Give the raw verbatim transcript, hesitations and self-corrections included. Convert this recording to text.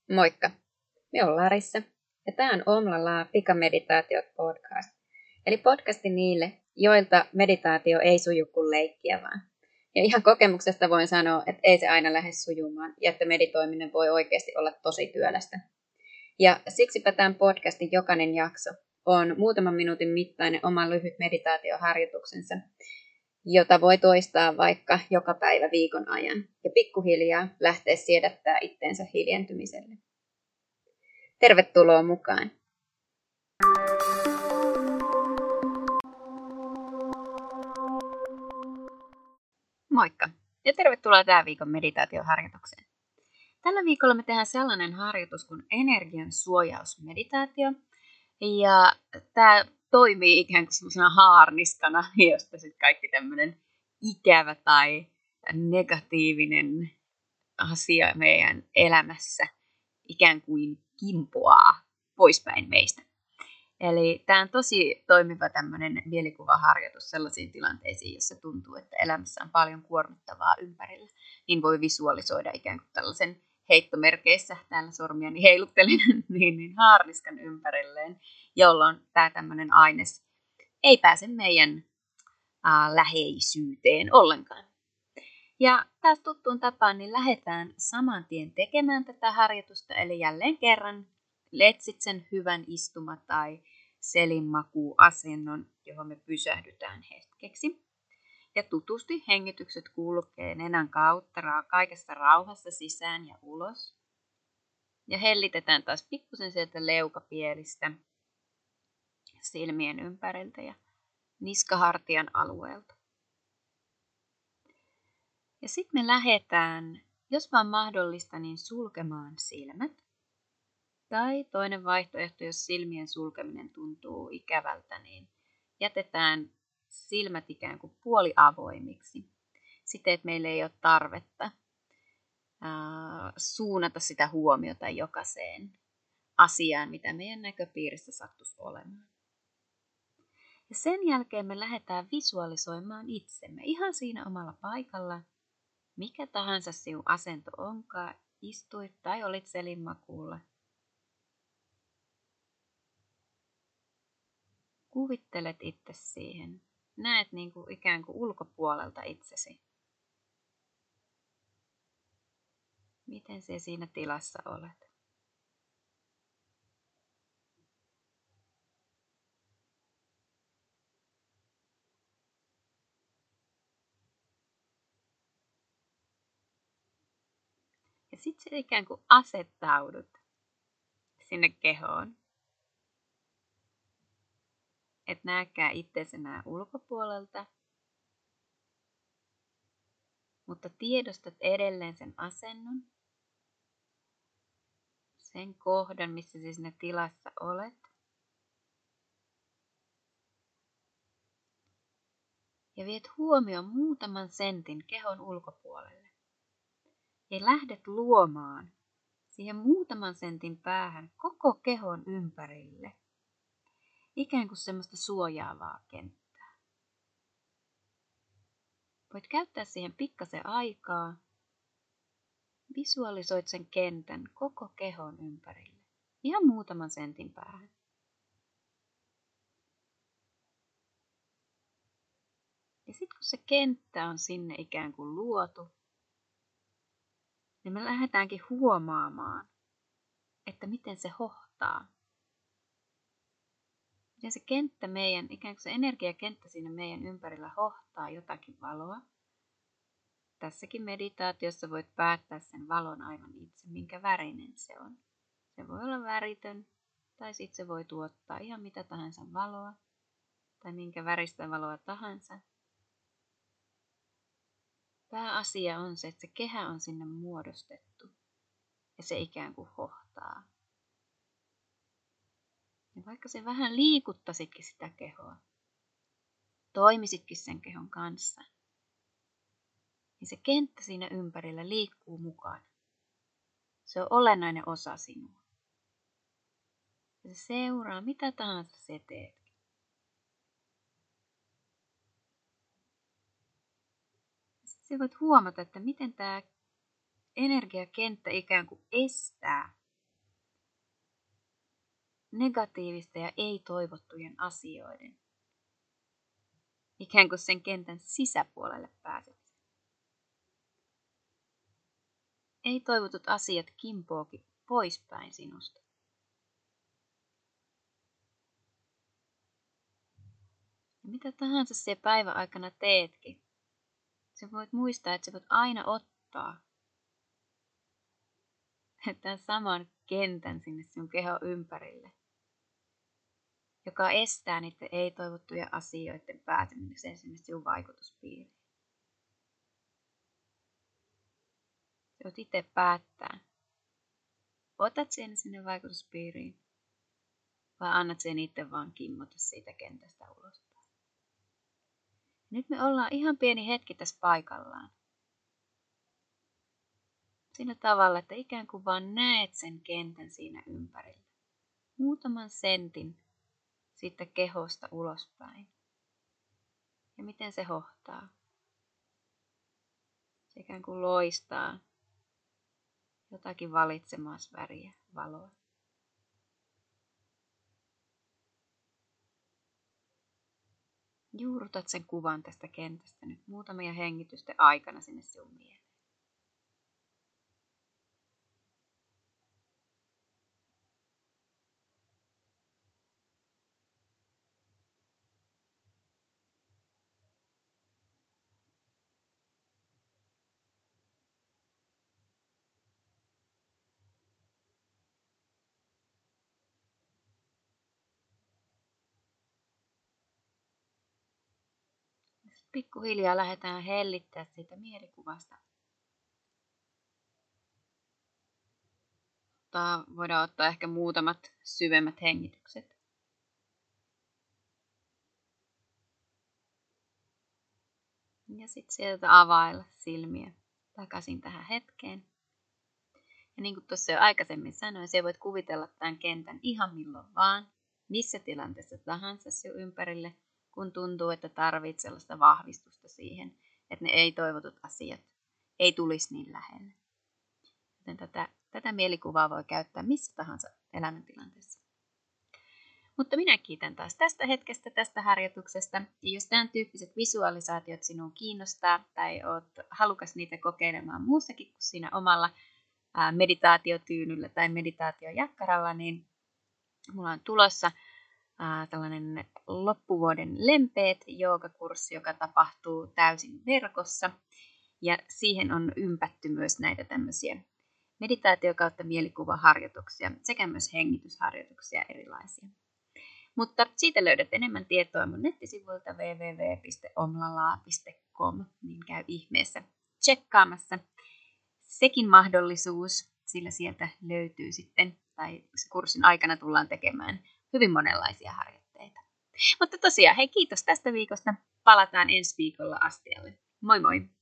Moikka! Me on Larissa ja tämä on Omlala Pikameditaatiot podcast. Eli podcasti niille, joilta meditaatio ei suju kuin leikkiä vaan. Ja ihan kokemuksesta voin sanoa, että ei se aina lähde sujumaan ja että meditoiminen voi oikeasti olla tosi työlästä. Ja siksipä tämän podcastin jokainen jakso on muutaman minuutin mittainen oma lyhyt meditaatioharjoituksensa, jota voi toistaa vaikka joka päivä viikon ajan ja pikkuhiljaa lähteä siedättää itteensä hiljentymiselle. Tervetuloa mukaan! Moikka ja tervetuloa tämän viikon meditaatioharjoitukseen. Tällä viikolla me tehdään sellainen harjoitus kuin energian suojausmeditaatio. Ja tämä toimii ikään kuin sellaisena haarniskana, josta sitten kaikki tämmöinen ikävä tai negatiivinen asia meidän elämässä ikään kuin kimpoaa poispäin meistä. Eli tämä on tosi toimiva tämmöinen mielikuvaharjoitus sellaisiin tilanteisiin, jossa tuntuu, että elämässä on paljon kuormittavaa ympärillä. Niin voi visualisoida ikään kuin tällaisen heittomerkeissä, täällä sormiani heiluttelen, niin, niin haarniskan ympärilleen, jolloin tämä tämmöinen aines ei pääse meidän ää, läheisyyteen ollenkaan. Ja taas tuttuun tapaan niin lähdetään saman tien tekemään tätä harjoitusta, eli jälleen kerran etsit sen hyvän istuma- tai selinmakuasennon, johon me pysähdytään hetkeksi. Ja tutusti hengitykset kulkee nenän kautta kaikessa rauhassa sisään ja ulos. Ja hellitetään taas pikkusen sieltä leukapielistä, silmien ympäriltä ja niskahartian alueelta. Ja sitten me lähdetään, jos vaan mahdollista, niin sulkemaan silmät. Tai toinen vaihtoehto, jos silmien sulkeminen tuntuu ikävältä, niin jätetään silmät ikään kuin puoliavoimiksi. Siten, että meillä ei ole tarvetta ää, suunnata sitä huomiota jokaiseen asiaan, mitä meidän näköpiirissä sattuisi olemaan. Ja sen jälkeen me lähdetään visualisoimaan itsemme ihan siinä omalla paikalla. Mikä tahansa sinun asento onkaan, istuit tai olit selinmakuulla. Kuvittelet itse siihen. Näet niin kuin ikään kuin ulkopuolelta itsesi. Miten sinä siinä tilassa olet? Ja sitten ikään kuin asettaudut sinne kehoon. Et näekään itsesi enää ulkopuolelta. Mutta tiedostat edelleen sen asennon. Sen kohdan, missä sinä siinä tilassa olet. Ja viet huomioon muutaman sentin kehon ulkopuolelle. Ja lähdet luomaan siihen muutaman sentin päähän koko kehon ympärille. Ikään kuin semmoista suojaavaa kenttää. Voit käyttää siihen pikkasen aikaa. Visualisoit sen kentän koko kehon ympärille. Ihan muutaman sentin päähän. Ja sitten kun se kenttä on sinne ikään kuin luotu, niin me lähdetäänkin huomaamaan, että miten se hohtaa. Miten se kenttä meidän, ikään kuin se energiakenttä siinä meidän ympärillä hohtaa jotakin valoa. Tässäkin meditaatiossa voit päättää sen valon aivan itse, minkä värinen se on. Se voi olla väritön, tai sitten se voi tuottaa ihan mitä tahansa valoa, tai minkä väristä valoa tahansa. Pääasia on se, että se kehä on sinne muodostettu, ja se ikään kuin hohtaa. Ja vaikka se vähän liikuttasitkin sitä kehoa, toimisitkin sen kehon kanssa, niin se kenttä siinä ympärillä liikkuu mukana. Se on olennainen osa sinua. Ja se seuraa mitä tahansa se teet. Sitten sä voit huomata, että miten tämä energiakenttä ikään kuin estää negatiivisten ja ei-toivottujen asioiden, ikään kuin sen kentän sisäpuolelle pääsemisen. Ei-toivotut asiat kimpoakin poispäin sinusta. Ja mitä tahansa se päivän aikana teetkin, sä voit muistaa, että sä voit aina ottaa tämän saman kentän sinne sun kehon ympärille, joka estää niiden ei-toivottujen asioiden pääsemisen sinne sinun vaikutuspiiriin. Sä voit itse päättää, otat sen sinne vaikutuspiiriin vai annat sen itse vaan kimmota siitä kentästä ulospäin. Nyt me ollaan ihan pieni hetki tässä paikallaan. Sillä tavalla, että ikään kuin vaan näet sen kentän siinä ympärillä. Muutaman sentin siitä kehosta ulospäin. Ja miten se hohtaa. Se ikään kuin loistaa jotakin valitsemaas väriä, valoa. Juurrutat sen kuvan tästä kentästä nyt muutamia hengitysten aikana sinne sinun mieleen. Pikkuhiljaa lähdetään hellittää siitä mielikuvasta. Tää voidaan ottaa ehkä muutamat syvemmät hengitykset. Ja sitten sieltä availla silmiä takaisin tähän hetkeen. Ja niin kuin tuossa jo aikaisemmin sanoin, sä voit kuvitella tämän kentän ihan milloin vaan, missä tilanteessa tahansa sinun ympärille, kun tuntuu, että tarvitset sellaista vahvistusta siihen, että ne ei-toivotut asiat ei tulisi niin lähelle. Joten tätä, tätä mielikuvaa voi käyttää missä tahansa elämäntilanteessa. Mutta minä kiitän taas tästä hetkestä, tästä harjoituksesta. Ja jos tämän tyyppiset visualisaatiot sinua kiinnostaa tai olet halukas niitä kokeilemaan muussakin kuin siinä omalla meditaatiotyynyllä tai meditaatiojakkaralla, niin mulla on tulossa ää, tällainen loppuvuoden lempeät joogakurssi, joka tapahtuu täysin verkossa. Ja siihen on ympätty myös näitä tämmöisiä meditaatio- kautta mielikuvaharjoituksia sekä myös hengitysharjoituksia erilaisia. Mutta siitä löydät enemmän tietoa mun nettisivuilta double-u double-u double-u piste omlalaa piste com, niin käy ihmeessä tsekkaamassa. Sekin mahdollisuus, sillä sieltä löytyy sitten, tai kurssin aikana tullaan tekemään hyvin monenlaisia harjoitteita. Mutta tosiaan, hei kiitos tästä viikosta. Palataan ensi viikolla astialle. Moi moi!